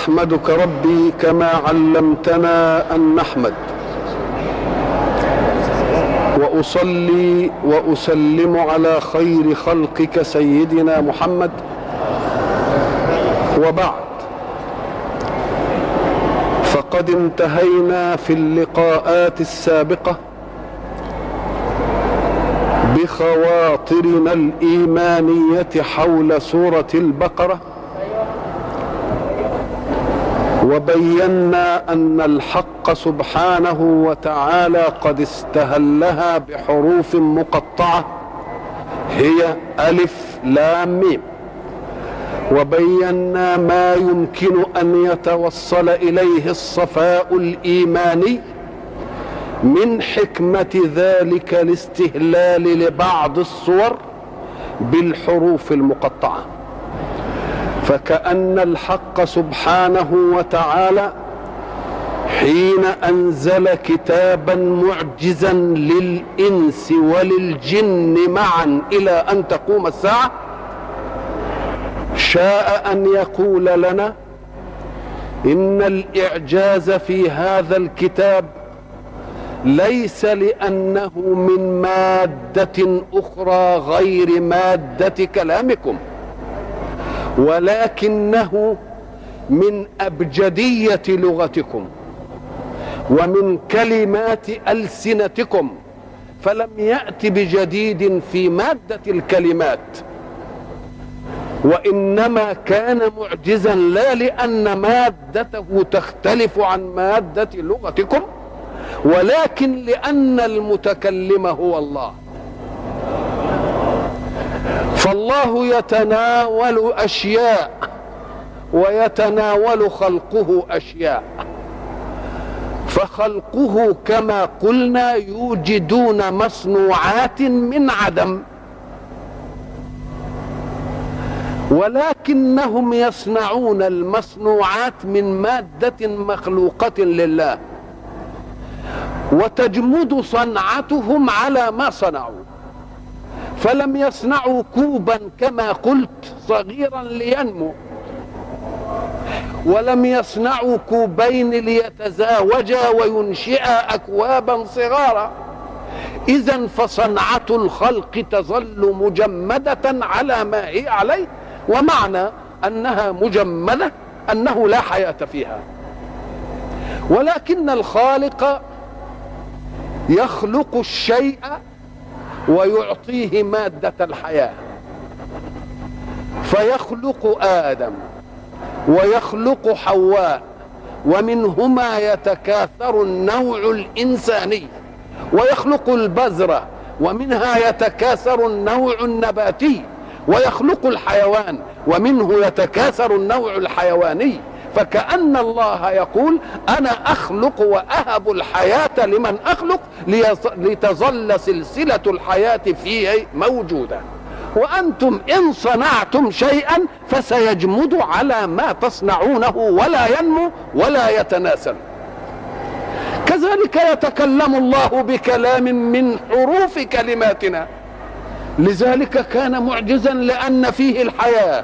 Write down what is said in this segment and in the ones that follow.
أحمدك ربي كما علمتنا أن نحمد، وأصلي وأسلم على خير خلقك سيدنا محمد. وبعد، فقد انتهينا في اللقاءات السابقة بخواطرنا الإيمانية حول سورة البقرة، وبينا أن الحق سبحانه وتعالى قد استهلها بحروف مقطعة هي ألف لام ميم، وبينا ما يمكن أن يتوصل إليه الصفاء الإيماني من حكمة ذلك الاستهلال لبعض الصور بالحروف المقطعة. فكأن الحق سبحانه وتعالى حين أنزل كتابا معجزا للإنس وللجن معا إلى أن تقوم الساعة، شاء أن يقول لنا إن الإعجاز في هذا الكتاب ليس لأنه من مادة أخرى غير مادة كلامكم، ولكنه من أبجدية لغتكم ومن كلمات ألسنتكم، فلم يأت بجديد في مادة الكلمات، وإنما كان معجزا لا لأن مادته تختلف عن مادة لغتكم، ولكن لأن المتكلم هو الله. فالله يتناول أشياء ويتناول خلقه أشياء، فخلقه كما قلنا يوجدون مصنوعات من عدم، ولكنهم يصنعون المصنوعات من مادة مخلوقة لله، وتجمد صنعتهم على ما صنعوا. فلم يصنعوا كوبا كما قلت صغيرا لينمو، ولم يصنعوا كوبين ليتزاوجا وينشئا أكوابا صغارا. إذن فصنعة الخلق تظل مجمدة على ما هي عليه، ومعنى أنها مجمدة أنه لا حياة فيها. ولكن الخالق يخلق الشيء ويعطيه مادة الحياة، فيخلق آدم ويخلق حواء، ومنهما يتكاثر النوع الإنساني، ويخلق البذرة ومنها يتكاثر النوع النباتي، ويخلق الحيوان ومنه يتكاثر النوع الحيواني. فكأن الله يقول أنا أخلق وأهب الحياة لمن أخلق لتظل سلسلة الحياة فيه موجودة، وأنتم إن صنعتم شيئا فسيجمد على ما تصنعونه ولا ينمو ولا يتناسل. كذلك يتكلم الله بكلام من حروف كلماتنا، لذلك كان معجزا لأن فيه الحياة،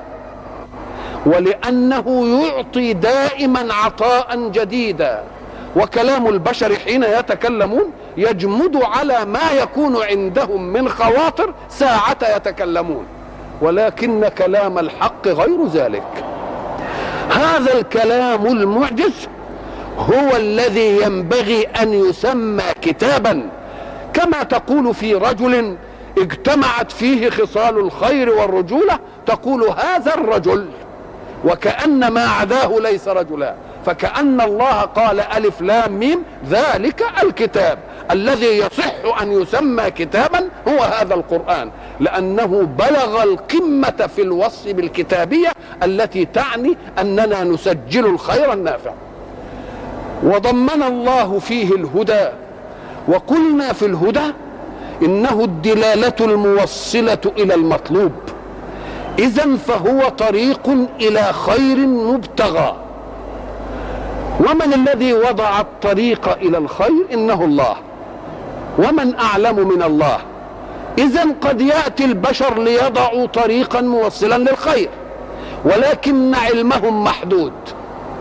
ولأنه يعطي دائما عطاء جديدا. وكلام البشر حين يتكلمون يجمد على ما يكون عندهم من خواطر ساعة يتكلمون، ولكن كلام الحق غير ذلك. هذا الكلام المعجز هو الذي ينبغي أن يسمى كتابا، كما تقول في رجل اجتمعت فيه خصال الخير والرجولة تقول هذا الرجل، وكأن ما عداه ليس رجلا. فكأن الله قال ألف لام ميم ذلك الكتاب الذي يصح أن يسمى كتابا هو هذا القرآن، لأنه بلغ القمة في الوصف بالكتابية التي تعني أننا نسجل الخير النافع. وضمن الله فيه الهدى، وقلنا في الهدى إنه الدلالة الموصلة إلى المطلوب، إذن فهو طريق إلى خير مبتغى. ومن الذي وضع الطريق إلى الخير؟ إنه الله، ومن أعلم من الله. إذن قد يأتي البشر ليضعوا طريقا موصلا للخير، ولكن علمهم محدود،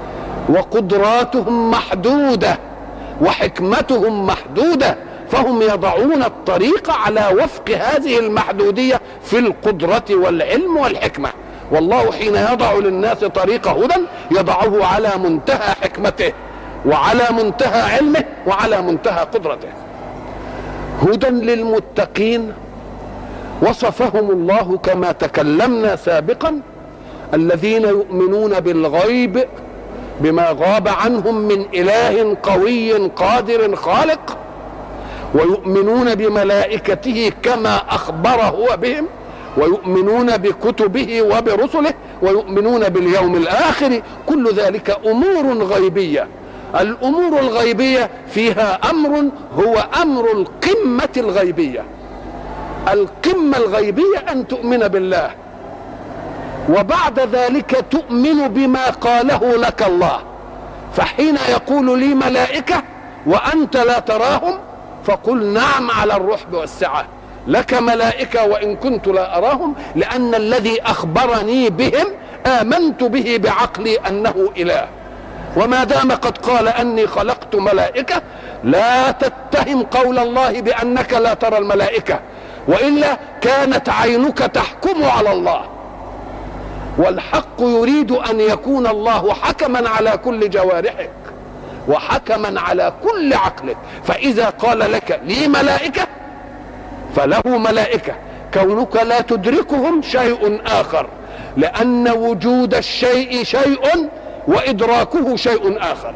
وقدراتهم محدودة وحكمتهم محدودة، فهم يضعون الطريق على وفق هذه المحدودية في القدرة والعلم والحكمة. والله حين يضع للناس طريق هدى يضعه على منتهى حكمته وعلى منتهى علمه وعلى منتهى قدرته. هدى للمتقين وصفهم الله كما تكلمنا سابقا، الذين يؤمنون بالغيب بما غاب عنهم من إله قوي قادر خالق، ويؤمنون بملائكته كما أخبر هو بهم، ويؤمنون بكتبه وبرسله، ويؤمنون باليوم الآخر. كل ذلك أمور غيبية. الأمور الغيبية فيها أمر هو أمر القمة الغيبية. القمة الغيبية أن تؤمن بالله، وبعد ذلك تؤمن بما قاله لك الله. فحين يقول لي ملائكة وأنت لا تراهم فقل نعم على الرحب والسعة، لك ملائكة وإن كنت لا أراهم، لأن الذي أخبرني بهم آمنت به بعقلي أنه إله. وما دام قد قال أني خلقت ملائكة لا تتهم قول الله بأنك لا ترى الملائكة، وإلا كانت عينك تحكم على الله، والحق يريد أن يكون الله حكما على كل جوارحك وحكما على كل عقلك. فإذا قال لك لي ملائكة فله ملائكة، كونك لا تدركهم شيء آخر، لأن وجود الشيء شيء وإدراكه شيء آخر.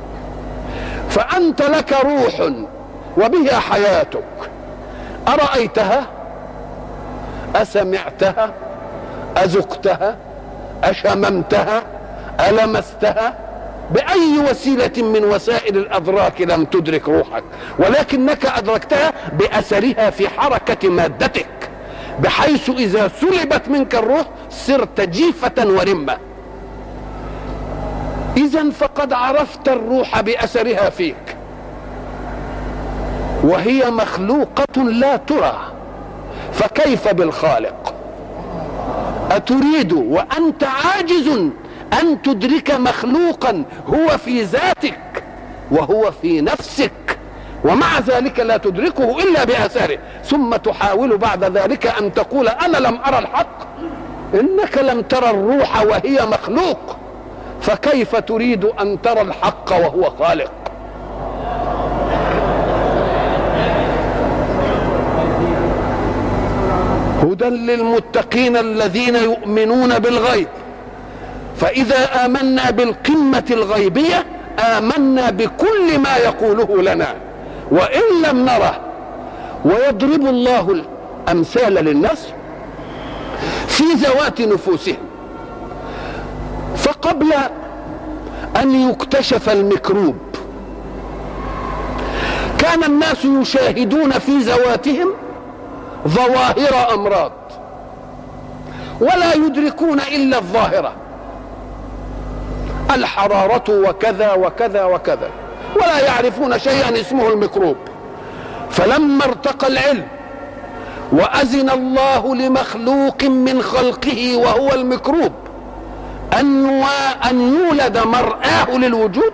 فأنت لك روح وبها حياتك، أرأيتها؟ أسمعتها؟ أذقتها؟ أشممتها؟ ألمستها؟ بأي وسيلة من وسائل الأدراك لم تدرك روحك، ولكنك أدركتها بأثرها في حركة مادتك، بحيث إذا سلبت منك الروح صرت جيفة ورمة. إذن فقد عرفت الروح بأثرها فيك، وهي مخلوقة لا ترى، فكيف بالخالق؟ أتريد وأنت عاجز أن تدرك مخلوقا هو في ذاتك وهو في نفسك، ومع ذلك لا تدركه إلا بأثاره، ثم تحاول بعد ذلك أن تقول أنا لم أرى الحق؟ إنك لم ترى الروح وهي مخلوق، فكيف تريد أن ترى الحق وهو خالق؟ هدى للمتقين الذين يؤمنون بالغيب. فإذا آمنا بالقمة الغيبية آمنا بكل ما يقوله لنا وإن لم نره. ويضرب الله الأمثال للناس في ذوات نفوسهم. فقبل أن يكتشف الميكروب كان الناس يشاهدون في ذواتهم ظواهر أمراض ولا يدركون إلا الظاهرة، الحرارة وكذا وكذا وكذا، ولا يعرفون شيئا اسمه الميكروب. فلما ارتقى العلم وأذن الله لمخلوق من خلقه وهو الميكروب أن يولد مرآه للوجود،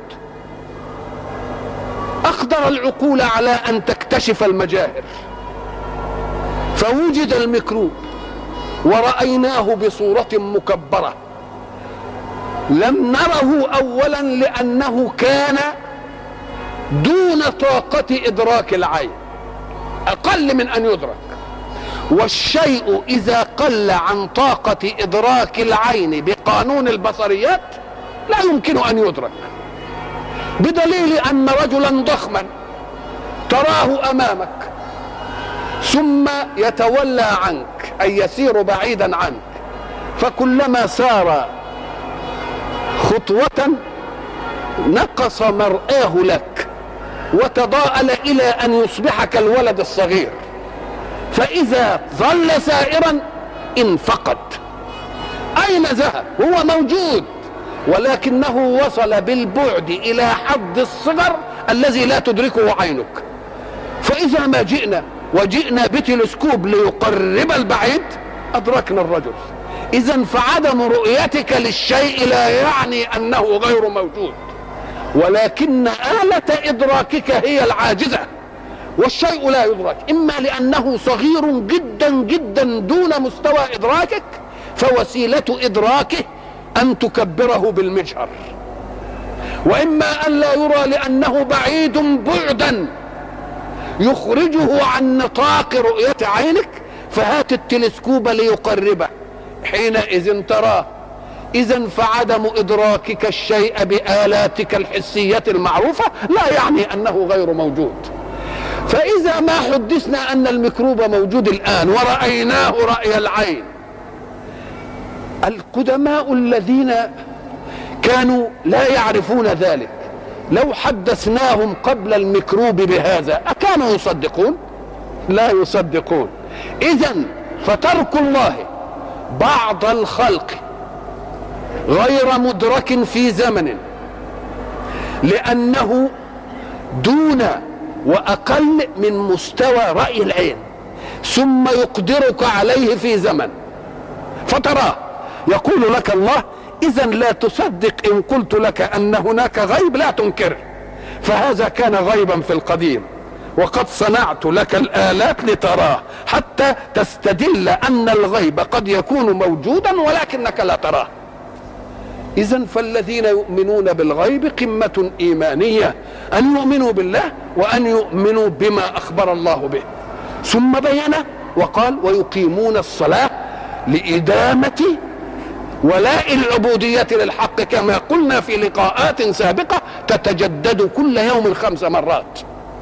أقدر العقول على أن تكتشف المجاهر، فوجد الميكروب ورأيناه بصورة مكبرة. لم نره أولا لأنه كان دون طاقة إدراك العين، أقل من أن يدرك، والشيء إذا قل عن طاقة إدراك العين بقانون البصريات لا يمكن أن يدرك، بدليل أن رجلا ضخما تراه أمامك ثم يتولى عنك أي يسير بعيدا عنك، فكلما سار خطوة نقص مرآه لك وتضاءل إلى أن يصبح كالولد الصغير، فإذا ظل سائرا انفقد. أين ذهب؟ هو موجود ولكنه وصل بالبعد إلى حد الصغر الذي لا تدركه عينك. فإذا ما جئنا بتلسكوب ليقرب البعيد أدركنا الرجل. إذن فعدم رؤيتك للشيء لا يعني أنه غير موجود. ولكن آلة إدراكك هي العاجزة، والشيء لا يدرك إما لأنه صغير جدا جدا دون مستوى إدراكك، فوسيلة إدراكه أن تكبره بالمجهر، وإما أن لا يرى لأنه بعيد بعدا يخرجه عن نطاق رؤية عينك، فهات التلسكوب ليقربه حينئذ تراه. إذن فعدم إدراكك الشيء بآلاتك الحسية المعروفة لا يعني أنه غير موجود. فإذا ما حدثنا أن الميكروب موجود الآن ورأيناه رأي العين، القدماء الذين كانوا لا يعرفون ذلك لو حدثناهم قبل الميكروب بهذا أكانوا يصدقون؟ لا يصدقون. إذن فترك الله بعض الخلق غير مدرك في زمن لأنه دون وأقل من مستوى رأي العين، ثم يقدرك عليه في زمن فتراه، يقول لك الله إذن لا تصدق إن قلت لك أن هناك غيب لا تنكر، فهذا كان غيبا في القديم وقد صنعت لك الآلات لتراه حتى تستدل أن الغيب قد يكون موجودا ولكنك لا تراه. إذن فالذين يؤمنون بالغيب قمة إيمانية، أن يؤمنوا بالله وأن يؤمنوا بما أخبر الله به. ثم بين وقال ويقيمون الصلاة لإدامة ولاء العبودية للحق، كما قلنا في لقاءات سابقة تتجدد كل يوم 5 مرات.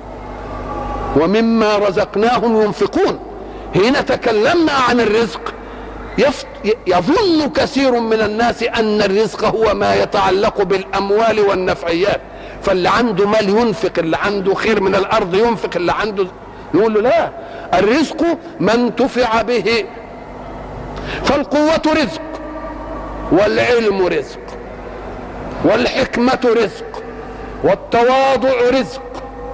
ومما رزقناهم ينفقون. حين تكلمنا عن الرزق يظن كثير من الناس أن الرزق هو ما يتعلق بالأموال والنفعيات، فاللي عنده مال ينفق، اللي عنده خير من الأرض ينفق، اللي عنده، نقول له لا، الرزق ما انتفع به. فالقوة رزق، والعلم رزق، والحكمة رزق، والتواضع رزق،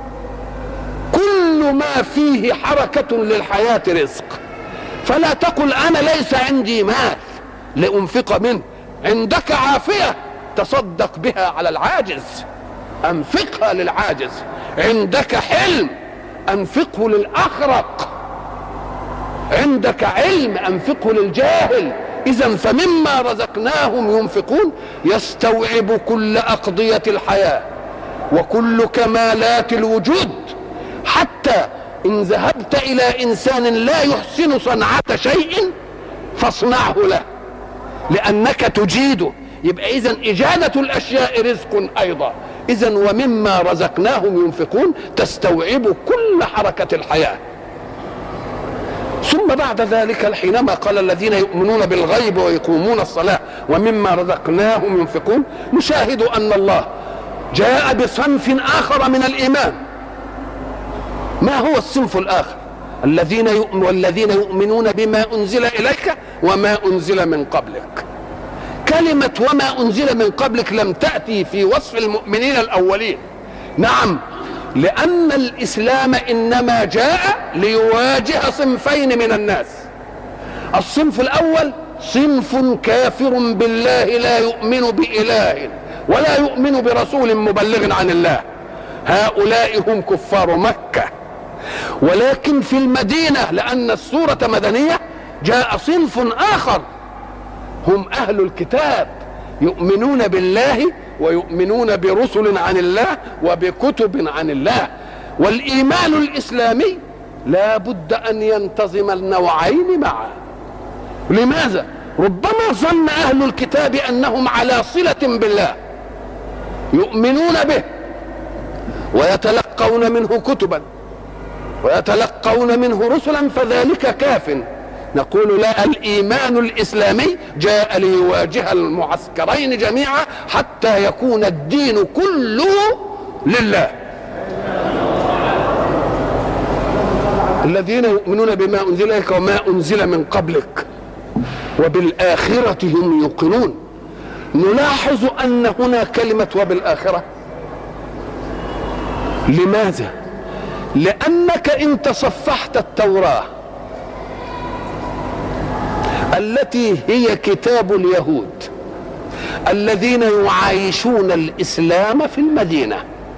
كل ما فيه حركة للحياة رزق. فلا تقل أنا ليس عندي مال لأنفق منه، عندك عافية تصدق بها على العاجز، أنفقها للعاجز. عندك حلم أنفقه للأخرق، عندك علم أنفقه للجاهل. إذن فمما رزقناهم ينفقون يستوعب كل أقضية الحياة وكل كمالات الوجود، حتى إن ذهبت إلى إنسان لا يحسن صنعة شيء فاصنعه له لأنك تجيده. يبقى إذن إجادة الأشياء رزق أيضا. إذن ومما رزقناهم ينفقون تستوعب كل حركة الحياة. ثم بعد ذلك حينما قال الذين يؤمنون بالغيب ويقومون الصلاة ومما رزقناهم ينفقون، نشاهد أن الله جاء بصنف آخر من الإيمان. ما هو الصنف الآخر؟ والذين يؤمنون بما أنزل إليك وما أنزل من قبلك. كلمة وما أنزل من قبلك لم تأتي في وصف المؤمنين الأولين، نعم، لأن الإسلام إنما جاء ليواجه صنفين من الناس. الصنف الأول صنف كافر بالله لا يؤمن بإله ولا يؤمن برسول مبلغ عن الله، هؤلاء هم كفار مكة. ولكن في المدينة لأن السورة مدنية جاء صنف آخر هم أهل الكتاب، يؤمنون بالله ويؤمنون برسل عن الله وبكتب عن الله. والإيمان الإسلامي لا بد أن ينتظم النوعين معا. لماذا؟ ربما ظن أهل الكتاب أنهم على صلة بالله، يؤمنون به ويتلقون منه كتبا ويتلقون منه رسلا فذلك كاف. نقول لا، الإيمان الإسلامي جاء ليواجه المعسكرين جميعا حتى يكون الدين كله لله. الذين يؤمنون بما أنزل إليك وما أنزل من قبلك وبالآخرة هم يوقنون. نلاحظ أن هنا كلمة وبالآخرة. لماذا؟ لأنك إن تصفحت التوراة التي هي كتاب اليهود الذين يعايشون الإسلام في المدينة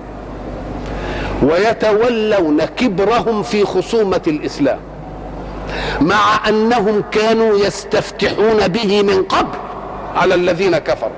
ويتولون كبرهم في خصومة الإسلام، مع أنهم كانوا يستفتحون به من قبل على الذين كفروا،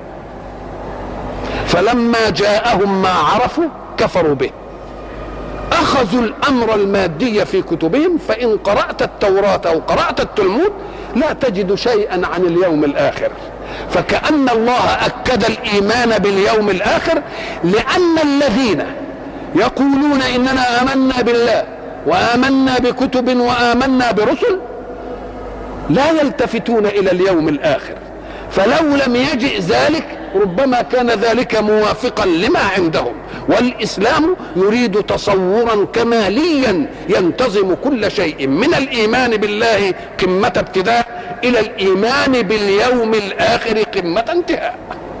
فلما جاءهم ما عرفوا كفروا به. أخذوا الأمر المادي في كتبهم، فإن قرأت التوراة أو قرأت التلمود لا تجد شيئا عن اليوم الآخر، فكأن الله أكد الإيمان باليوم الآخر، لأن الذين يقولون إننا آمنا بالله وآمنا بكتب وآمنا برسل لا يلتفتون إلى اليوم الآخر، فلو لم يجئ ذلك ربما كان ذلك موافقا لما عندهم. والإسلام يريد تصورا كماليا ينتظم كل شيء، من الإيمان بالله قمة ابتداء إلى الإيمان باليوم الآخر قمة انتهاء.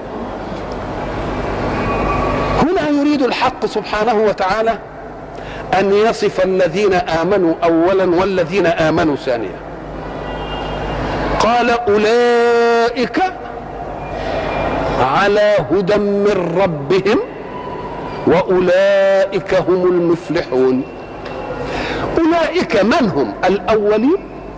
هنا يريد الحق سبحانه وتعالى أن يصف الذين آمنوا أولا والذين آمنوا ثانيا. قال أولئك على هدى من ربهم وأولئك هم المفلحون. أولئك من هم؟ الأولين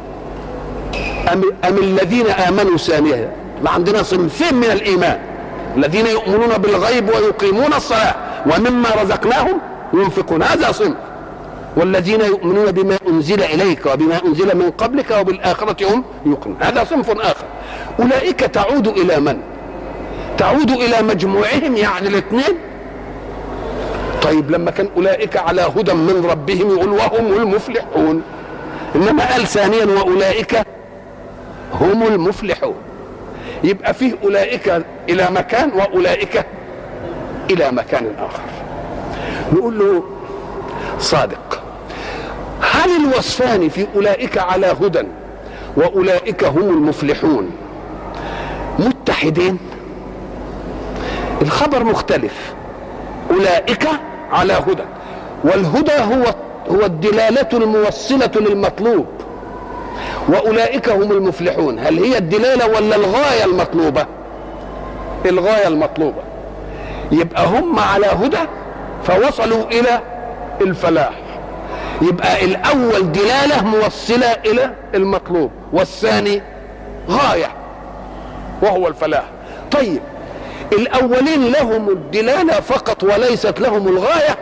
أم الذين آمنوا ثانيا؟ ما عندنا صنفين من الإيمان: الذين يؤمنون بالغيب ويقيمون الصلاة ومما رزقناهم ينفقون، هذا صنف، والذين يؤمنون بما أنزل إليك وبما أنزل من قبلك وبالآخرة هم يوقنون، هذا صنف آخر. أولئك تعود إلى من؟ تعود إلى مجموعهم، يعني الاثنين. طيب لما كان أولئك على هدى من ربهم يقول وهم المفلحون، إنما قال ثانيا وأولئك هم المفلحون، يبقى فيه أولئك إلى مكان وأولئك إلى مكان آخر. نقول له صادق، هل الوصفان في أولئك على هدى وأولئك هم المفلحون متحدين؟ الخبر مختلف. أولئك على هدى، والهدى هو الدلالة الموصلة للمطلوب، وأولئك هم المفلحون هل هي الدلالة ولا الغاية المطلوبة؟ الغاية المطلوبة. يبقى هم على هدى فوصلوا إلى الفلاح، يبقى الأول دلالة موصلة إلى المطلوب، والثاني غاية وهو الفلاح. طيب الأولين لهم الدلالة فقط وليست لهم الغاية،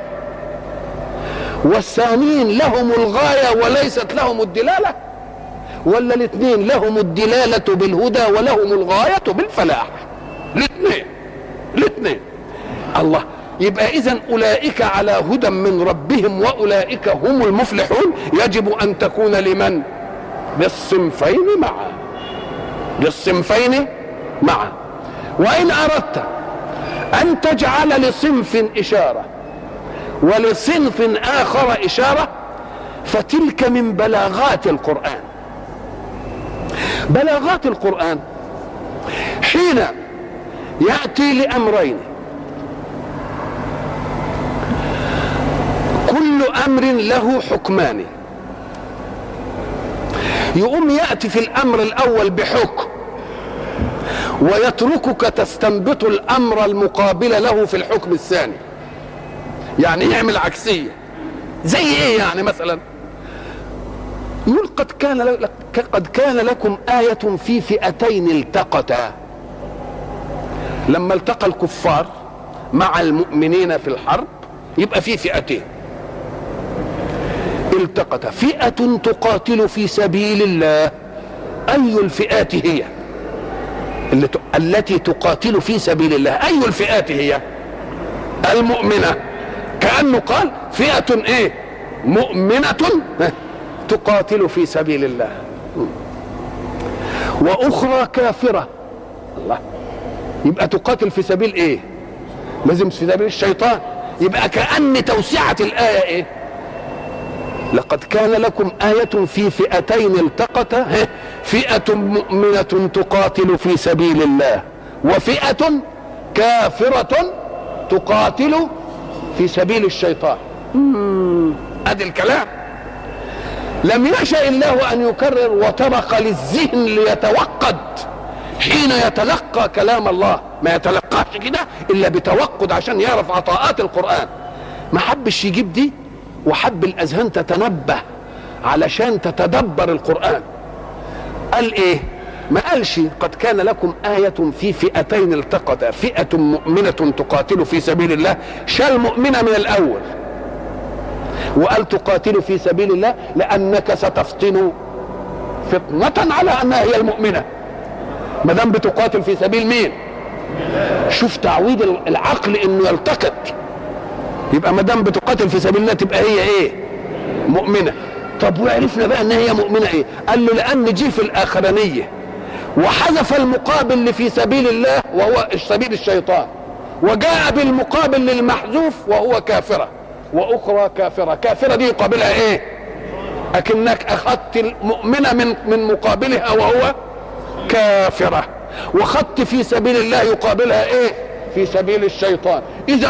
والثانيين لهم الغاية وليست لهم الدلالة، ولا الاثنين لهم الدلالة بالهدى ولهم الغاية بالفلاح؟ الاثنين. الله، يبقى إذن أولئك على هدى من ربهم وأولئك هم المفلحون يجب أن تكون لمن؟ للصنفين معا، للصنفين معا. وإن أردت أن تجعل لصنف إشارة ولصنف آخر إشارة فتلك من بلاغات القرآن. بلاغات القرآن حين يأتي لأمرين، كل أمر له حكمان، يقوم يأتي في الأمر الأول بحكم ويتركك تستنبط الأمر المقابل له في الحكم الثاني، يعني يعمل عكسية. زي إيه يعني؟ مثلا يقول قد كان لكم آية في فئتين التقتا. لما التقى الكفار مع المؤمنين في الحرب يبقى في فئتين التقتا، فئة تقاتل في سبيل الله. أي الفئات هي التي تقاتل في سبيل الله؟ أي الفئات هي؟ المؤمنة. كأنه قال فئة ايه؟ مؤمنة تقاتل في سبيل الله، وأخرى كافرة. الله، يبقى تقاتل في سبيل ايه؟ لازم في سبيل الشيطان. يبقى كأن توسعة الآية ايه؟ لقد كان لكم آية في فئتين التقتا، فئة مؤمنة تقاتل في سبيل الله وفئة كافرة تقاتل في سبيل الشيطان. ادي الكلام. لم يشأ الله أن يكرر وطرق للذهن ليتوقد حين يتلقى كلام الله ما يتلقاش كده الا بتوقد عشان يعرف عطاءات القرآن. ما حبش يجيب دي، وحب الاذهان تتنبه علشان تتدبر القرآن. قال ايه؟ ما قالش قد كان لكم آية في فئتين التقتا، فئة مؤمنة تقاتل في سبيل الله، شال مؤمنة من الأول وقال تقاتل في سبيل الله لأنك ستفتن فتنة على أنها هي المؤمنة ما دام بتقاتل في سبيل مين؟ شوف تعويد العقل إنه يلتقط، يبقى ما دام بتقاتل في سبيل الله تبقى هي إيه؟ مؤمنة. طب وعرفنا بقى أنها هي مؤمنة إيه؟ قال له لأن جه في الآخرانية وحذف المقابل اللي في سبيل الله وهو سبيل الشيطان، وجاء بالمقابل للمحذوف وهو كافرة، واخرى كافرة. كافرة دي يقابلها ايه؟ اكنك اخذت المؤمنة من مقابلها وهو كافرة، وخدت في سبيل الله يقابلها ايه؟ في سبيل الشيطان. اذا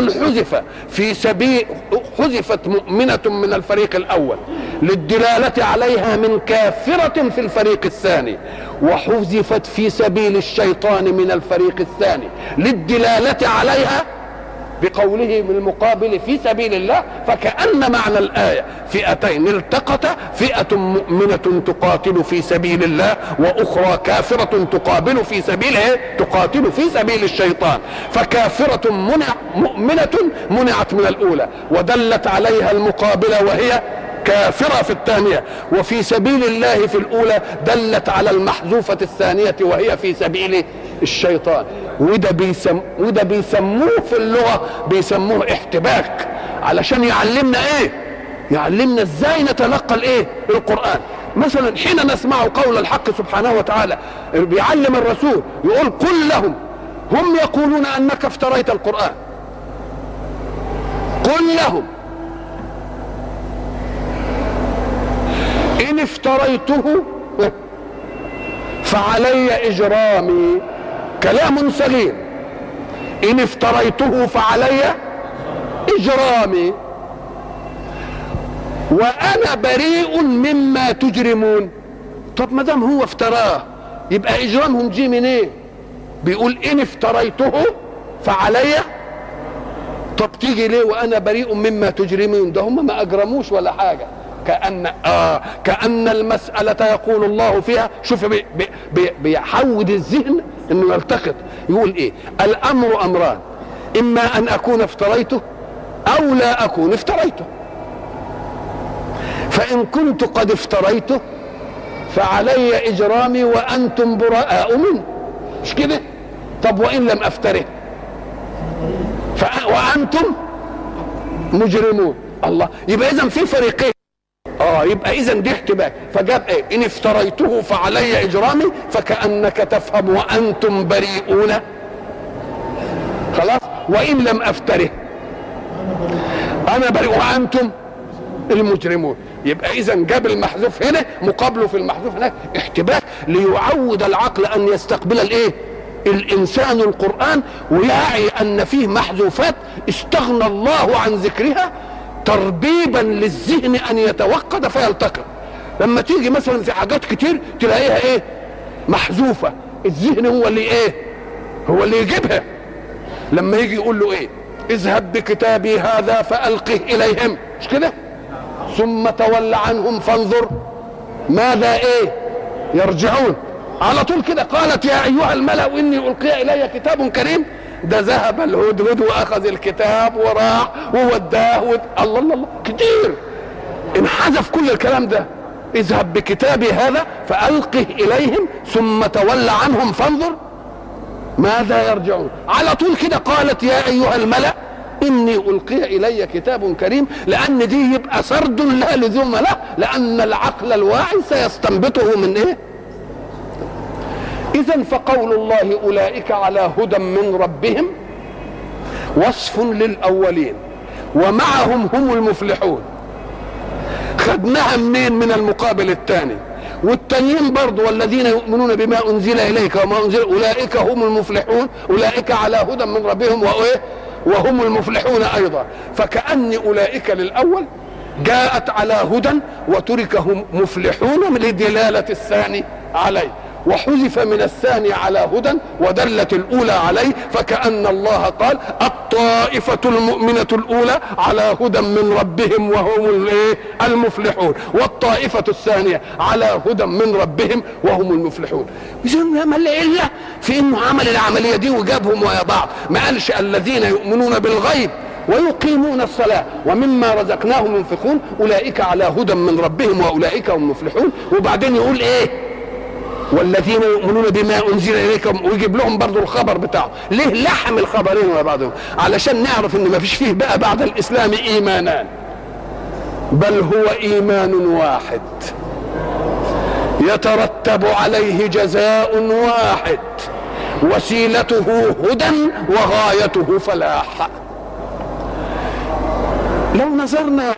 حذفت مؤمنة من الفريق الاول للدلالة عليها من كافرة في الفريق الثاني، وحذفت في سبيل الشيطان من الفريق الثاني للدلالة عليها بقوله من المقابل في سبيل الله. فكأن معنى الآية فئتين التقتا، فئة مؤمنة تقاتل في سبيل الله وأخرى كافرة تقابل في سبيله تقاتل في سبيل الشيطان. فكافرة مؤمنة منعت من الأولى ودلت عليها المقابلة وهي كافرة في الثانية، وفي سبيل الله في الأولى دلت على المحذوفة الثانية وهي في سبيل الشيطان. وده بيسموه في اللغة بيسموه احتباك، علشان يعلمنا ايه؟ يعلمنا ازاي نتلقى الايه؟ القرآن. مثلا حين نسمع قول الحق سبحانه وتعالى بيعلم الرسول يقول قل لهم هم يقولون انك افتريت القرآن، قل لهم إن افتريته فعلي إجرامي. كلام سليم. إن افتريته فعلي إجرامي وأنا بريء مما تجرمون. طب ما دام هو افتراه يبقى إجرامهم جي منين؟ إيه؟ بيقول إن افتريته فعلي. طب تيجي ليه وأنا بريء مما تجرمون؟ ده هم ما أجرموش ولا حاجة. كأن المسألة يقول الله فيها، شوف بيحود الذهن انه يلتقط. يقول ايه؟ الامر امران، اما ان اكون افتريته او لا اكون افتريته. فان كنت قد افتريته فعلي اجرامي وانتم براء منه، مش كده؟ طب وان لم افتره وانتم مجرمون. الله، يبقى اذا في فريقين. يبقى اذا دي احتباك. فجاب ايه؟ ان افتريته فعلي اجرامي، فكأنك تفهم وانتم بريئون. خلاص. وان لم افتره انا بريء وانتم المجرمون. يبقى اذا جاب المحذوف هنا مقابله في المحذوف هناك، احتباك ليعود العقل ان يستقبل الايه؟ الانسان القرآن، ويعي ان فيه محذوفات استغنى الله عن ذكرها تربيبا للذهن ان يتوقد فيلتقط. لما تيجي مثلا في حاجات كتير تلاقيها ايه؟ محذوفه، الذهن هو اللي ايه؟ هو اللي يجيبها. لما يجي يقول له ايه؟ اذهب بكتابي هذا فألقه اليهم، مش كده؟ ثم تول عنهم فانظر ماذا ايه؟ يرجعون. على طول كده قالت يا ايها الملأ اني القي الي كتاب كريم. ده ذهب الهدهد واخذ الكتاب وراح ووداه الله الله الله كتير. انحذف كل الكلام ده. اذهب بكتابي هذا فألقه اليهم ثم تول عنهم فانظر ماذا يرجعون. على طول كده قالت يا ايها الملأ اني القي الي كتاب كريم، لان دي يبقى سرد لا لزوم له، لان العقل الواعي سيستنبطه من ايه؟ إذن فقول الله أولئك على هدى من ربهم وصف للأولين ومعهم هم المفلحون. خدناها منين؟ من المقابل الثاني. والتانيين برضو والذين يؤمنون بما أنزل إليك وما أنزل أولئك هم المفلحون، أولئك على هدى من ربهم وهم المفلحون أيضا. فكأن أولئك للأول جاءت على هدى وتركهم مفلحون لدلالة الثاني عليه. وحذف من الثاني على هدى ودلت الأولى عليه، فكأن الله قال الطائفة المؤمنة الأولى على هدى من ربهم وهم المفلحون، والطائفة الثانية على هدى من ربهم وهم المفلحون. إذن ما العلة في إنه عمل العملية دي وجابهم ويا بعض؟ ما قالش الذين يؤمنون بالغيب ويقيمون الصلاة ومما رزقناهم ينفقون أولئك على هدى من ربهم وأولئك هم المفلحون، وبعدين يقول إيه؟ والذين يؤمنون بما أنزل إليكم، ويجيب لهم برضو الخبر بتاعه. ليه لحم الخبرين ولا بعضهم؟ علشان نعرف إن ما فيش فيه بقى بعد الإسلام إيمانان، بل هو إيمان واحد يترتب عليه جزاء واحد، وسيلته هدى وغايته فلاح. لو نظرنا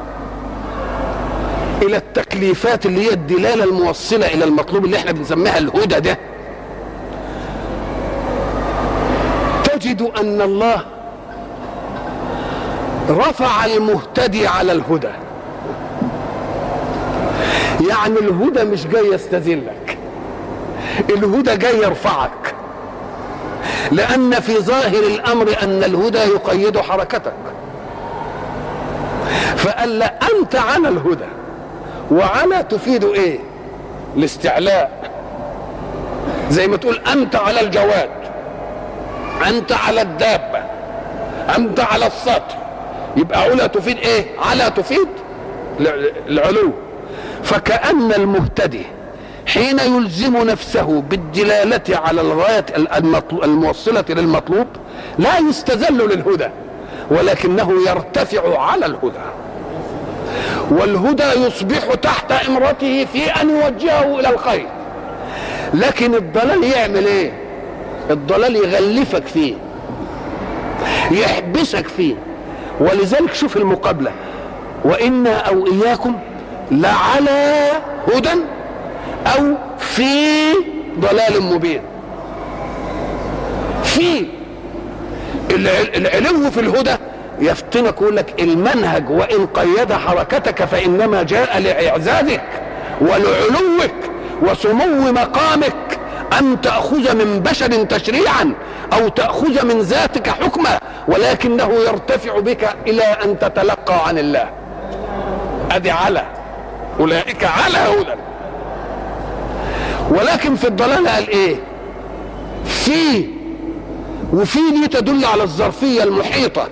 الى التكليفات اللي هي الدلالة الموصلة الى المطلوب اللي احنا بنسميها الهدى ده، تجد ان الله رفع المهتدي على الهدى. يعني الهدى مش جاي يستذلك، الهدى جاي يرفعك، لان في ظاهر الامر ان الهدى يقيد حركتك، فقال لا انت على الهدى. وعلى تفيد ايه؟ الاستعلاء، زي ما تقول انت على الجواد، انت على الدابة، انت على السطح، يبقى على تفيد ايه؟ على تفيد العلو. فكأن المهتدي حين يلزم نفسه بالدلالة على الغاية الموصلة للمطلوب لا يستذل للهدى، ولكنه يرتفع على الهدى، والهدى يصبح تحت امرته في ان يوجهه الى الخير. لكن الضلال يعمل ايه؟ الضلال يغلفك فيه، يحبسك فيه. ولذلك شوف المقابلة، وإنا أو إياكم لعلى هدى أو في ضلال مبين. في العلو في الهدى يفتنك ويقول لك المنهج وإن قيد حركتك فإنما جاء لإعزازك ولعلوك وسمو مقامك، أن تأخذ من بشر تشريعا أو تأخذ من ذاتك حكما، ولكنه يرتفع بك إلى أن تتلقى عن الله. أدي على أولئك على هدى. ولكن في الضلال قال إيه؟ في، وفي دي تدل على الظرفية المحيطة.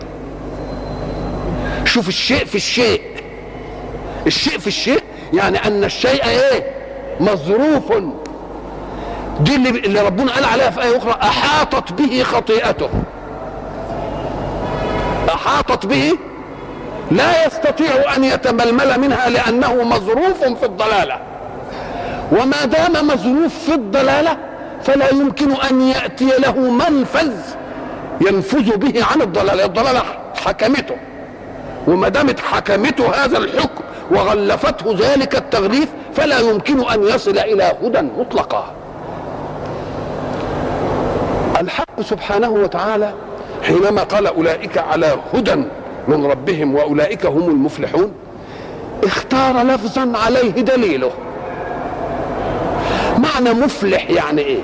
شوف الشيء في الشيء، الشيء في الشيء يعني أن الشيء إيه؟ مظروف. دي اللي ربنا قال عليها في آية أخرى أحاطت به خطيئته. أحاطت به، لا يستطيع أن يتململ منها لأنه مظروف في الضلالة، وما دام مظروف في الضلالة فلا يمكن أن يأتي له منفذ ينفذ به عن الضلالة. الضلالة حكمته، وما دامت حكمته هذا الحكم وغلفته ذلك التغليف فلا يمكن أن يصل إلى هدى مطلقا. الحق سبحانه وتعالى حينما قال أولئك على هدى من ربهم وأولئك هم المفلحون اختار لفظا عليه دليله. معنى مفلح يعني ايه؟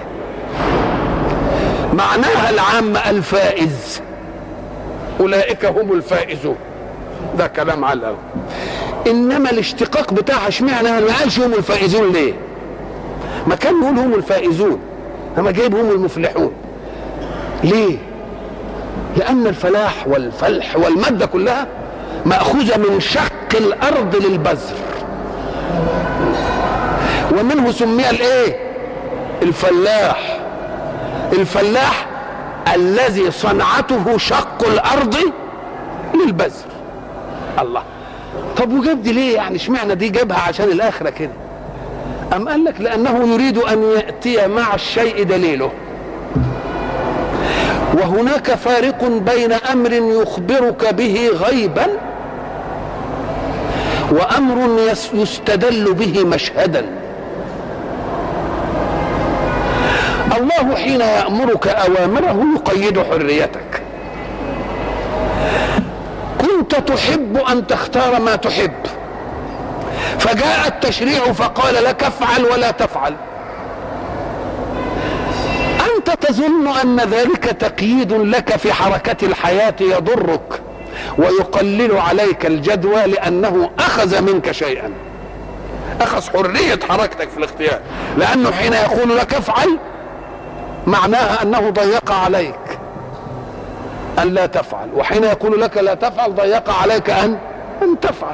معناها العام الفائز، أولئك هم الفائزون، ده كلام على الأول. إنما الاشتقاق بتاعها اشمعنى ما قالش هم الفائزون ليه؟ ما كان يقول هم الفائزون، أما جايب هم المفلحون ليه؟ لأن الفلاح والفلح والمادة كلها مأخوذة من شق الأرض للبذر، ومنه سمي الايه؟ الفلاح. الفلاح الذي صنعته شق الأرض للبذر. الله، طب وجاب دي ليه؟ يعني اشمعنى دي جابها عشان الآخرة كده؟ أم قال لك لأنه يريد أن يأتي مع الشيء دليله. وهناك فارق بين أمر يخبرك به غيبا وأمر يستدل به مشهدا. الله حين يأمرك أوامره يقيد حريتك. كنت تحب أن تختار ما تحب، فجاء التشريع فقال لك افعل ولا تفعل، تظن أن ذلك تقييد لك في حركة الحياة يضرك ويقلل عليك الجدوى، لأنه أخذ منك شيئا، أخذ حرية حركتك في الاختيار، لأنه حين يقول لك افعل معناها أنه ضيق عليك أن لا تفعل، وحين يقول لك لا تفعل ضيق عليك أن تفعل.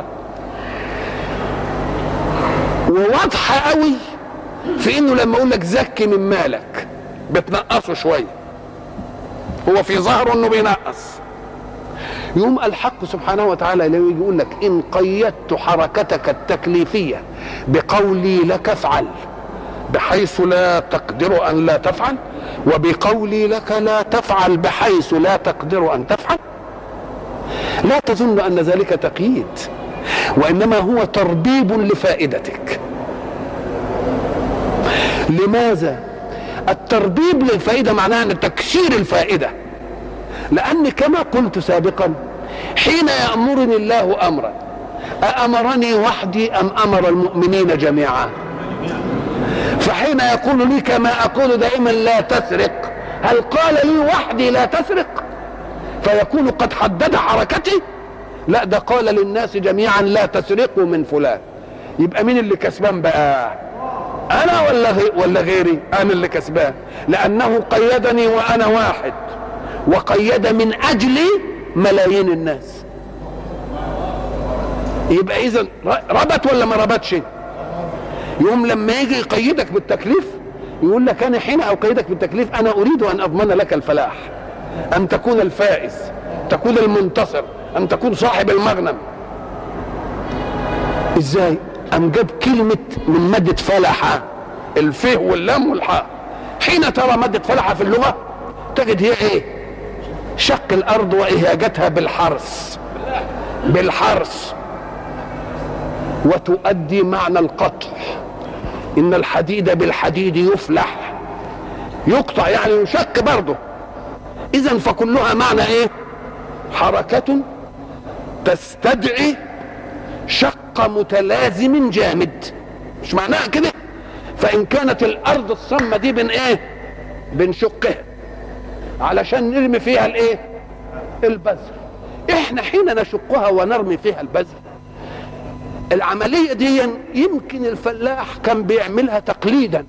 وواضحة قوي في انه لما اقول لك زكي من مالك بتنقصه شويه، هو في ظهره انه بينقص. يوم الحق سبحانه وتعالى لما يجي يقول لك ان قيدت حركتك التكليفيه بقولي لك افعل بحيث لا تقدر ان لا تفعل، وبقولي لك لا تفعل بحيث لا تقدر ان تفعل، لا تظن ان ذلك تقييد، وانما هو تربيب لفائدتك. لماذا؟ التربيب للفائدة معناها أن تكسير الفائدة، لأن كما قلت سابقا حين يأمرني الله أمرا أأمرني وحدي أم أمر المؤمنين جميعا؟ فحين يقول لي كما أقول دائما لا تسرق، هل قال لي وحدي لا تسرق فيكون قد حدد حركتي؟ لا، ده قال للناس جميعا لا تسرقوا من فلان. يبقى مين اللي كسبان بقى؟ انا ولا غيري؟ انا اللي كسبان، لانه قيدني وانا واحد، وقيد من اجلي ملايين الناس. يبقى اذا ربط ولا ما ربطش؟ يوم لما يجي يقيدك بالتكليف يقول لك انا حين اقيدك بالتكليف انا اريد ان اضمن لك الفلاح، ان تكون الفائز، تكون المنتصر، ان تكون صاحب المغنم. ازاي؟ أم جاب كلمة من مادة فلحة، الفه واللام والحاء. حين ترى مادة فلحة في اللغة تجد هي ايه؟ شق الأرض وإهاجتها بالحرث، وتؤدي معنى القطع. إن الحديد بالحديد يفلح، يقطع يعني يشك برضه. إذن فكلها معنى ايه؟ حركة تستدعي شق متلازم جامد، مش معناها كده؟ فإن كانت الأرض الصمة دي بنشقها علشان نرمي فيها الايه؟ البذر. احنا حين نشقها ونرمي فيها البذر، العملية دي يمكن الفلاح كان بيعملها تقليدا،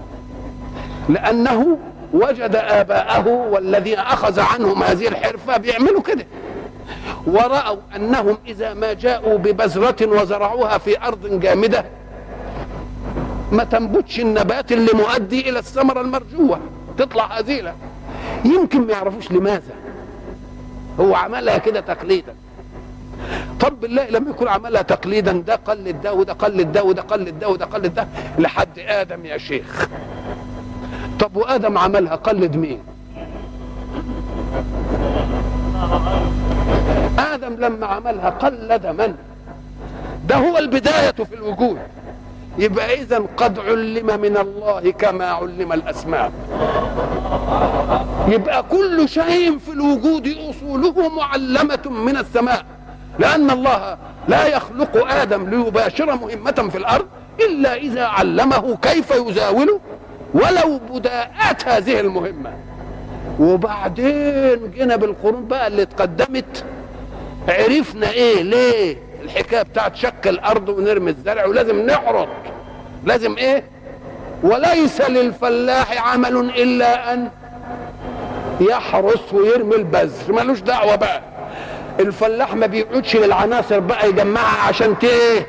لأنه وجد آباءه والذين أخذ عنهم هذه الحرفة بيعملوا كده، ورأوا أنهم إذا ما جاءوا ببذرة وزرعوها في أرض جامدة ما تنبتش النبات اللي مؤدي إلى الثمرة المرجوة، تطلع هزيلة. يمكن ما يعرفوش لماذا هو عملها كده تقليدا. طب بالله لما يكون عملها تقليدا، ده قلد ده وده قلد ده وده قلد ده وده قلد ده لحد آدم يا شيخ. طب وآدم عملها قلد مين؟ آدم لما عملها قلد من؟ ده هو البداية في الوجود. يبقى إذن قد علم من الله كما علم الأسماء. يبقى كل شيء في الوجود أصوله معلمة من السماء، لأن الله لا يخلق آدم ليباشر مهمة في الأرض إلا إذا علمه كيف يزاول ولو بداءات هذه المهمة. وبعدين جينا بالقرون بقى اللي اتقدمت عرفنا ايه ليه الحكايه بتاعت شق الارض ونرمي الزرع ولازم نحرط، لازم ايه؟ وليس للفلاح عمل الا ان يحرث ويرمي البذر، ملوش دعوه بقى. الفلاح ما بيقعدش للعناصر بقى يجمعها عشان ايه؟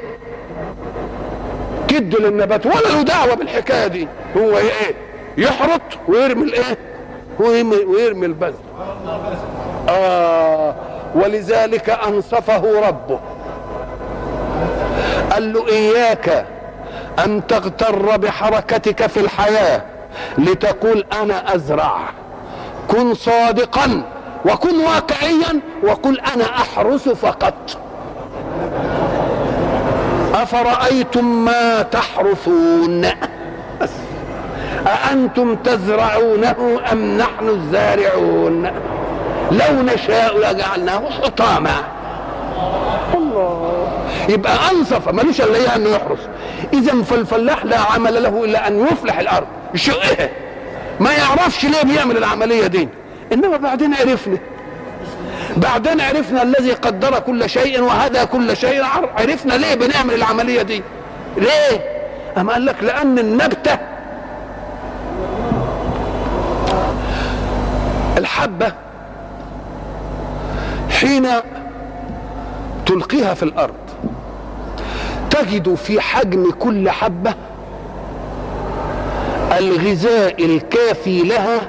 تدي للنبات، ولا له دعوه بالحكايه دي. هو ايه؟ يحرط ويرمي الايه؟ ويرمي البذر. ولذلك انصفه ربه، قال له اياك ان تغتر بحركتك في الحياة لتقول انا ازرع، كن صادقا وكن واقعيا وقل انا احرث فقط. افرأيتم ما تحرثون أأنتم تزرعونه أم نحن الزارعون لو نشاء لجعلناه حطاما. الله. يبقى أنصف ملوش إلا أنه يحرث. إذن فالفلاح لا عمل له إلا أن يفلح الأرض، يشقها ما يعرفش ليه بيعمل العملية دي، انما بعدين عرفنا الذي قدر كل شيء وهدى كل شيء، عرفنا ليه بنعمل العملية دي. ليه؟ اما قال لك لان النبتة الحبة حين تلقيها في الارض تجد في حجم كل حبة الغذاء الكافي لها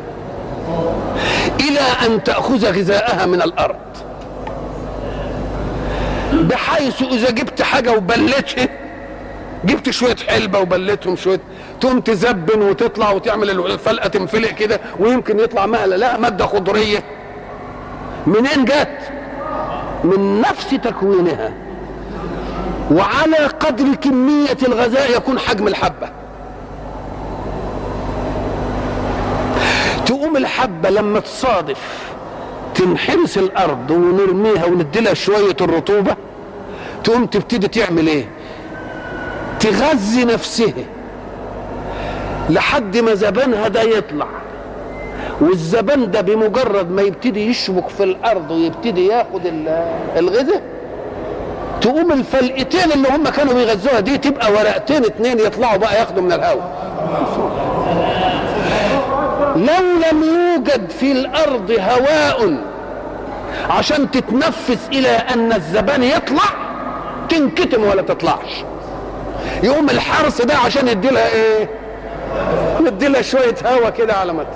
الى ان تأخذ غذاءها من الارض، بحيث اذا جبت حاجة وبلتها، جبت شوية حلبة وبلتهم شوية، تقوم تزبن وتطلع وتعمل الفلقة تنفلق كده ويمكن يطلع مهلة، لا مادة خضرية. منين جت؟ من نفس تكوينها، وعلى قدر كمية الغذاء يكون حجم الحبة. تقوم الحبة لما تصادف تنحرس الارض ونرميها ونديلها شوية الرطوبة، تقوم تبتدي تعمل ايه؟ تغذي نفسها لحد ما زبانها ده يطلع، والزبان ده بمجرد ما يبتدي يشبك في الارض ويبتدي ياخد الغذاء، تقوم الفلقتين اللي هم كانوا بيغذوها دي تبقى ورقتين اتنين يطلعوا بقى ياخدوا من الهواء. لو لم يوجد في الارض هواء عشان تتنفس الى ان الزبان يطلع تنكتم ولا تطلعش، يقوم الحرس ده عشان يديلها ايه؟ يديلها شويه هواء كده على ما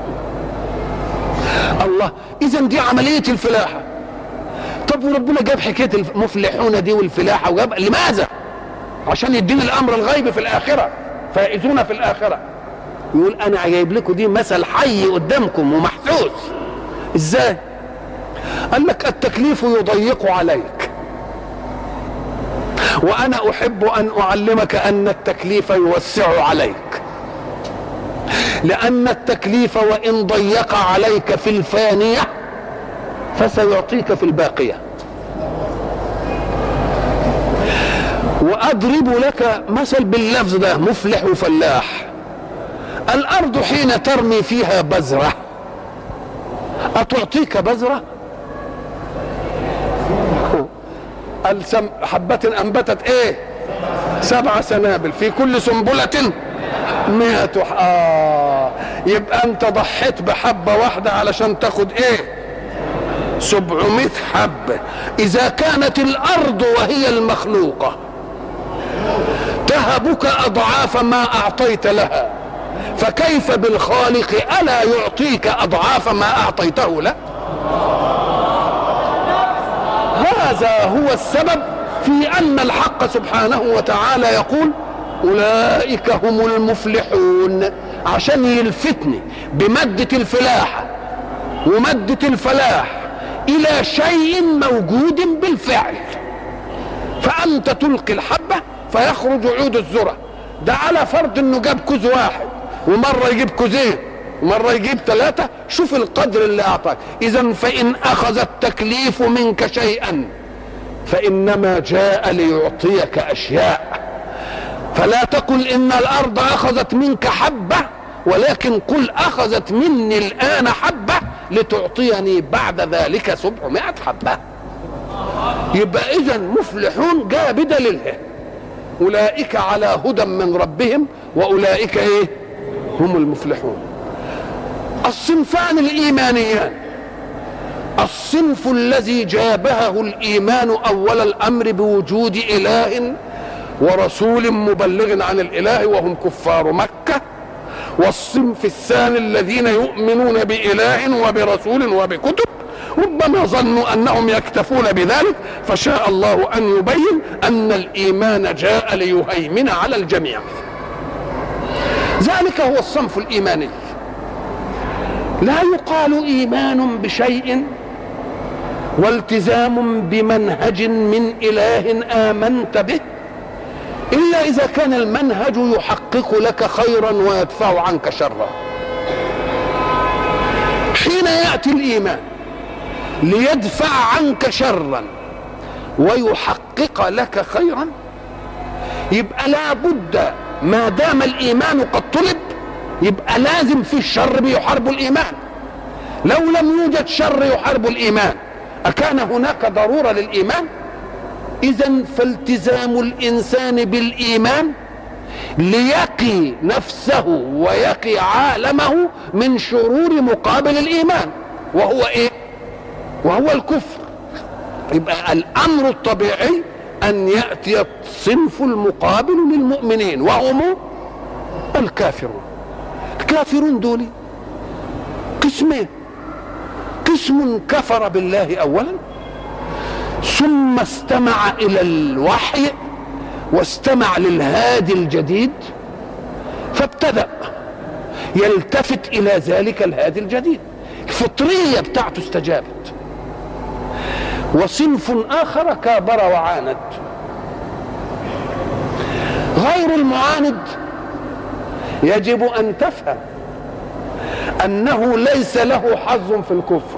الله. اذا دي عمليه الفلاحه. طب وربنا جاب حكايه المفلحون دي والفلاحه وجاب لماذا؟ عشان يدينا الامر الغيب في الاخره، فائزون في الاخره. يقول انا جايب لكم دي مثل حي قدامكم ومحسوس. ازاي؟ قال لك التكليف يضيق عليك، وانا احب ان اعلمك ان التكليف يوسع عليك، لان التكليف وان ضيق عليك في الفانية فسيعطيك في الباقية. واضرب لك مثل باللفظ ده، مفلح وفلاح. الارض حين ترمي فيها بذرة اتعطيك بذرة؟ حبة انبتت ايه؟ 7 سنابل في كل سنبلة 100 يبقى انت ضحيت بحبة واحدة علشان تاخد ايه؟ 700 حبة. اذا كانت الارض وهي المخلوقة تهبك اضعاف ما اعطيت لها، فكيف بالخالق الا يعطيك اضعاف ما اعطيته له؟ هذا هو السبب في ان الحق سبحانه وتعالى يقول اولئك هم المفلحون، عشان يلفتني بمادة الفلاحة ومادة الفلاح الى شيء موجود بالفعل. فانت تلقي الحبة فيخرج عود الذرة، ده على فرض انه جاب كوز واحد، ومرة يجيب كوزين ومرة يجيب 3. شوف القدر اللي اعطاك. اذا فان اخذ التكليف منك شيئا فانما جاء ليعطيك اشياء. فلا تقل ان الارض اخذت منك حبة، ولكن قل اخذت مني الان حبة لتعطيني بعد ذلك 700 حبة. يبقى اذا مفلحون جاء بدليلها، اولئك على هدى من ربهم واولئك ايه؟ هم المفلحون. الصنفان الايمانيان، الصنف الذي جابهه الايمان اول الامر بوجود اله ورسول مبلغ عن الاله وهم كفار مكة، والصنف الثاني الذين يؤمنون بإله وبرسول وبكتب، ربما ظنوا انهم يكتفون بذلك، فشاء الله ان يبين ان الايمان جاء ليهيمن على الجميع. ذلك هو الصنف الايماني. لا يقال ايمان بشيء والتزام بمنهج من اله امنت به الا اذا كان المنهج يحقق لك خيرا ويدفع عنك شرا. حين ياتي الايمان ليدفع عنك شرا ويحقق لك خيرا، يبقى لا بد ما دام الايمان قد طلب يبقى لازم في الشر بيحاربوا الايمان. لو لم يوجد شر يحارب الايمان اكان هناك ضروره للايمان؟ اذا فالتزام الانسان بالايمان ليقي نفسه ويقي عالمه من شرور مقابل الايمان، وهو ايه؟ وهو الكفر. يبقى الامر الطبيعي ان ياتي الصنف المقابل للمؤمنين وهم الكافرون. الكافرون دول قسمين: قسم كفر بالله اولا ثم استمع الى الوحي واستمع للهادي الجديد فابتدأ يلتفت الى ذلك الهادي الجديد، الفطرية بتاعته استجابت. وصنف اخر كابر وعاند. غير المعاند يجب ان تفهم انه ليس له حظ في الكفر،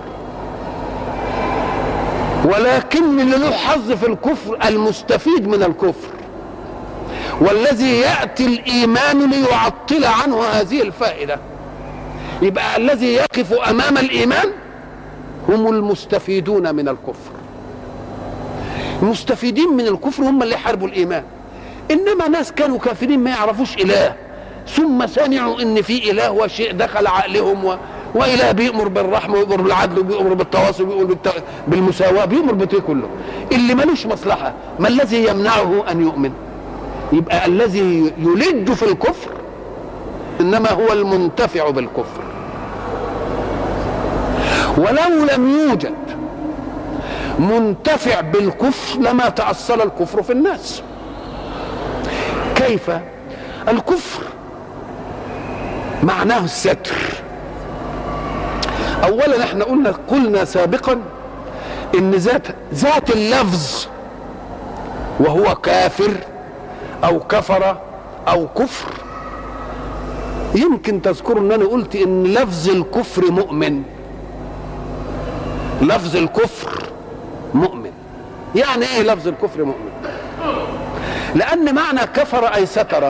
ولكن اللي له حظ في الكفر المستفيد من الكفر، والذي يأتي الإيمان ليعطل عنه هذه الفائدة. يبقى الذي يقف أمام الإيمان هم المستفيدون من الكفر. المستفيدين من الكفر هم اللي حاربوا الإيمان. إنما ناس كانوا كافرين ما يعرفوش إله، ثم سمعوا إن في إله وشيء دخل عقلهم وإله بيأمر بالرحمة ويأمر بالعدل وبيأمر بالتواصل وبيأمر بالمساواة، بيأمر بطيه كله. اللي ملوش مصلحة ما الذي يمنعه أن يؤمن؟ يبقى الذي يلج في الكفر إنما هو المنتفع بالكفر. ولو لم يوجد منتفع بالكفر لما تأصل الكفر في الناس. كيف؟ الكفر معناه الستر. اولا احنا قلنا سابقا ان ذات اللفظ وهو كافر او كفر او كفر، يمكن تذكروا ان انا قلت ان لفظ الكفر مؤمن. لفظ الكفر مؤمن. يعني ايه لفظ الكفر مؤمن؟ لان معنى كفر اي ستر.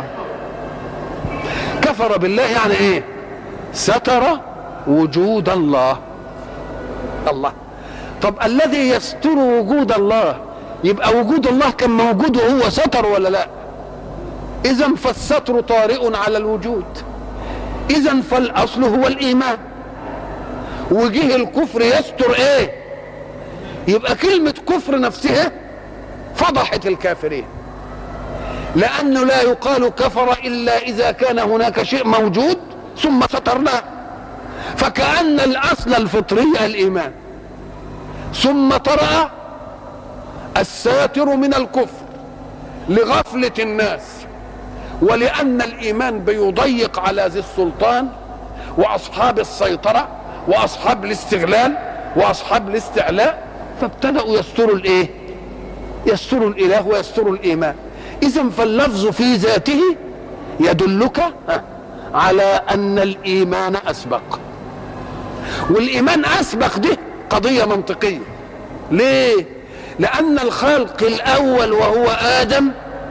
كفر بالله يعني ايه؟ ستر وجود الله. الله. طب الذي يستر وجود الله يبقى وجود الله كان موجود وهو ستر ولا لا؟ اذا فالستر طارئ على الوجود. اذا فالاصل هو الايمان، وجه الكفر يستر ايه؟ يبقى كلمة كفر نفسها فضحت الكافرين، لانه لا يقال كفر الا اذا كان هناك شيء موجود ثم سترناه. فكأن الأصل الفطري الإيمان، ثم طرأ الساتر من الكفر لغفلة الناس، ولأن الإيمان بيضيق على ذي السلطان وأصحاب السيطرة وأصحاب الاستغلال وأصحاب الاستعلاء، فابتدأوا يستروا الإيه؟ يستروا الإله ويستروا الإيمان. إذن فاللفظ في ذاته يدلك على أن الإيمان أسبق، والإيمان أسبق دي قضية منطقية. ليه؟ لأن الخلق الأول وهو آدم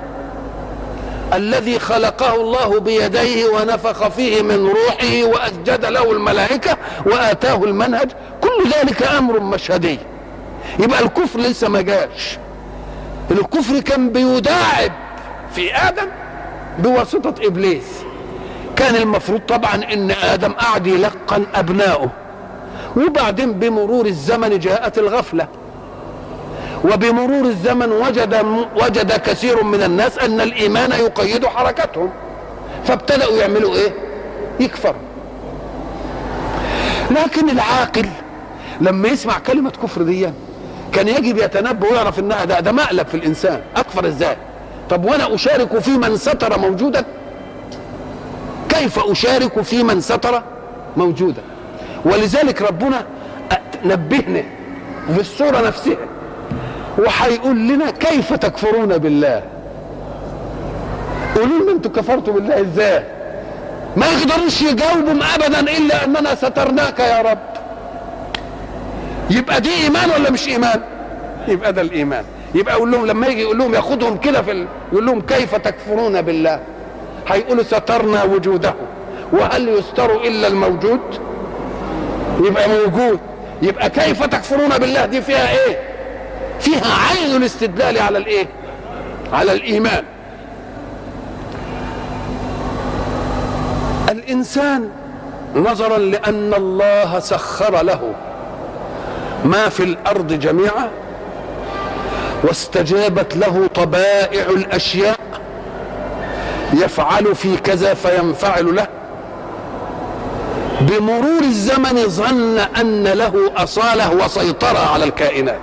الذي خلقه الله بيديه ونفخ فيه من روحه وأسجد له الملائكة وآتاه المنهج، كل ذلك أمر مشهدي. يبقى الكفر لسه ما جاش. الكفر كان بيداعب في آدم بواسطة إبليس. كان المفروض طبعا ان ادم قاعد يلقن ابنائه، وبعدين بمرور الزمن جاءت الغفلة، وبمرور الزمن وجد كثير من الناس ان الايمان يقيد حركتهم، فابتدأوا يعملوا ايه؟ يكفروا. لكن العاقل لما يسمع كلمة كفر دي كان يجب يتنبه ويعرف انها ده مقلب في الانسان. اكفر ازاي؟ طب وانا اشارك في من ستر موجودا؟ كيف أشارك في من ستر موجودا؟ ولذلك ربنا نبهنا في السورة نفسها وحيقول لنا كيف تكفرون بالله. قولوا لنا انتوا كفرتوا بالله ازاي؟ ما يقدروش يجاوبوا ابدا الا اننا سترناك يا رب. يبقى دي ايمان ولا مش ايمان؟ يبقى ده الايمان. يبقى يقول لهم لما يجي يقول لهم ياخدهم كده يقول لهم كيف تكفرون بالله، هيقولوا سترنا وجوده وهل يستر الا الموجود؟ يبقى موجود. يبقى كيف تكفرون بالله دي فيها ايه؟ فيها عين الاستدلال على الايه؟ على الايمان. الانسان نظرا لان الله سخر له ما في الارض جميعا واستجابت له طبائع الاشياء، يفعل في كذا فينفعل له، بمرور الزمن ظن ان له اصاله وسيطره على الكائنات،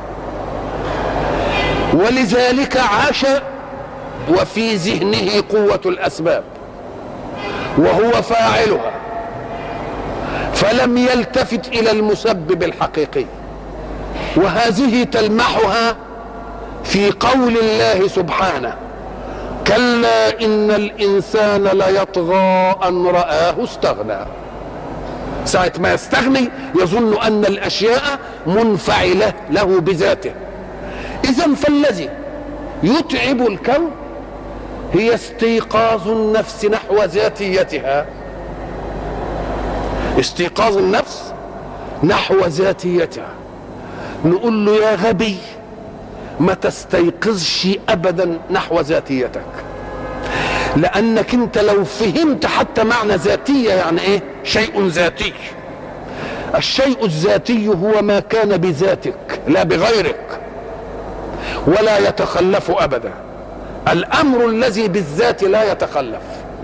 ولذلك عاش وفي ذهنه قوة الاسباب وهو فاعلها، فلم يلتفت الى المسبب الحقيقي. وهذه تلمحها في قول الله سبحانه: كلا ان الانسان ليطغى ان رآه استغنى. ساعة ما يستغني يظن ان الاشياء منفعلة له بذاته. اذا فالذي يتعب الكون هي استيقاظ النفس نحو ذاتيتها، استيقاظ النفس نحو ذاتيتها. نقول له يا غبي ما تستيقظش ابدا نحو ذاتيتك، لانك انت لو فهمت حتى معنى ذاتية يعني ايه شيء ذاتي. الشيء الذاتي هو ما كان بذاتك لا بغيرك ولا يتخلف ابدا. الامر الذي بالذات لا يتخلف،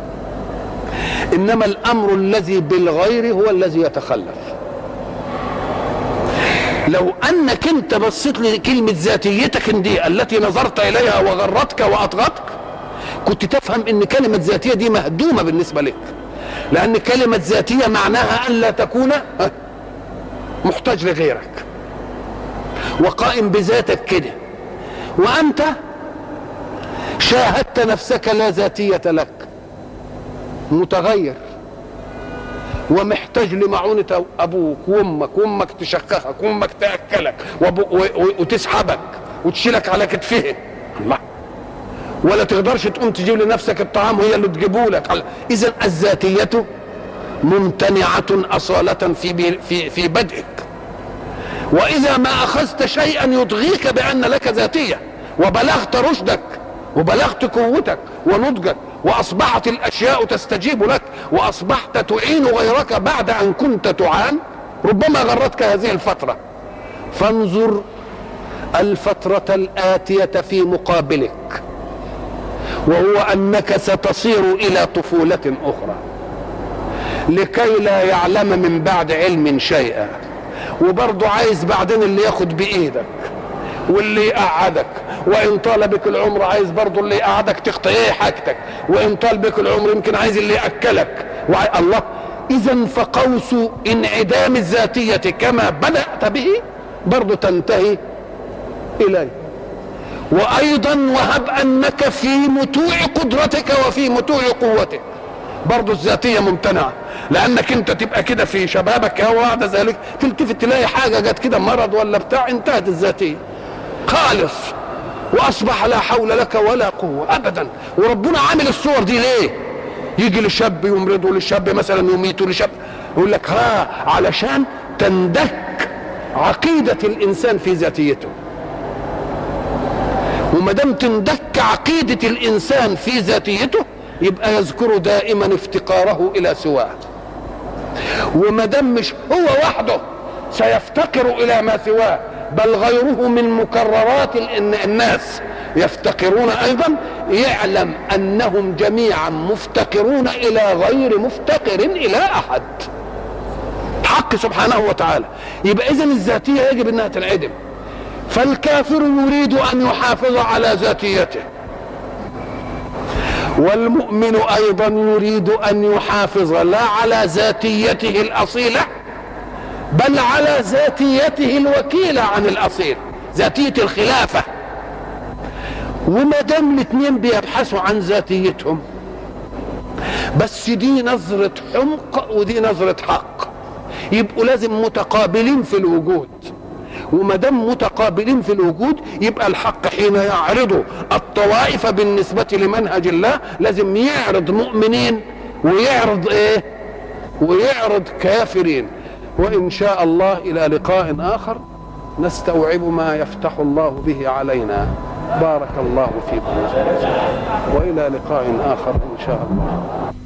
انما الامر الذي بالغير هو الذي يتخلف. لو انك انت بصيت لكلمة ذاتيتك دي التي نظرت اليها وغرتك واطغتك كنت تفهم ان كلمة ذاتية دي مهدومة بالنسبة لك، لان كلمة ذاتية معناها ان لا تكون محتاج لغيرك وقائم بذاتك كده، وانت شاهدت نفسك لا ذاتية لك، متغير ومحتاج لمعونة ابوك وامك تشخخك وامك تاكلك وتسحبك وتشيلك على كتفها، الله، ولا تقدرش تقوم تجيب لنفسك الطعام وهي اللي تجيبه لك. اذا الذاتية ممتنعة اصالة في بدئك. واذا ما اخذت شيئا يطغيك بان لك ذاتية وبلغت رشدك وبلغت قوتك ونضجك واصبحت الاشياء تستجيب لك واصبحت تعين غيرك بعد ان كنت تعان، ربما غرتك هذه الفترة. فانظر الفترة الآتية في مقابلك، وهو انك ستصير الى طفولة اخرى لكي لا يعلم من بعد علم شيئا. وبرضه عايز بعدين اللي ياخد بايدك واللي يقعدك، وان طال بك العمر عايز برضه اللي يقعدك تخطئ حاجتك، وان طال بك العمر يمكن عايز اللي ياكلك الله. اذا فقوس انعدام الذاتية كما بدأت به برضه تنتهي اليه. وايضا وهب انك في متوع قدرتك وفي متوع قوتك برضه الذاتية ممتنعة، لانك انت تبقى كده في شبابك وبعد ذلك تلتفت تلاقي حاجة جت كده مرض ولا بتاع، انتهت الذاتية خالص واصبح لا حول لك ولا قوة ابدا. وربنا عامل الصور دي ليه؟ يجي للشاب يمرضه، للشاب مثلا يميته، للشاب يقول لك علشان تندك عقيدة الانسان في ذاتيته. وما دام تندك عقيدة الانسان في ذاتيته يبقى يذكر دائما افتقاره الى سواه. وما دام مش هو وحده سيفتقر الى ما سواه، بل غيره من مكررات الناس يفتقرون ايضا، يعلم انهم جميعا مفتقرون الى غير مفتقر الى احد، حق سبحانه وتعالى. يبقى اذن الذاتية يجب انها تنعدم. فالكافر يريد ان يحافظ على ذاتيته، والمؤمن ايضا يريد ان يحافظ لا على ذاتيته الاصيلة بل على ذاتيته الوكيلة عن الاصيل، ذاتية الخلافة. وما دام الاثنين بيبحثوا عن ذاتيتهم، بس دي نظرة حمق ودي نظرة حق، يبقوا لازم متقابلين في الوجود. وما دام متقابلين في الوجود يبقى الحق حين يعرض الطوائف بالنسبة لمنهج الله لازم يعرض مؤمنين ويعرض ايه؟ ويعرض كافرين. وان شاء الله الى لقاء اخر نستوعب ما يفتح الله به علينا. بارك الله فيكم والى لقاء اخر ان شاء الله.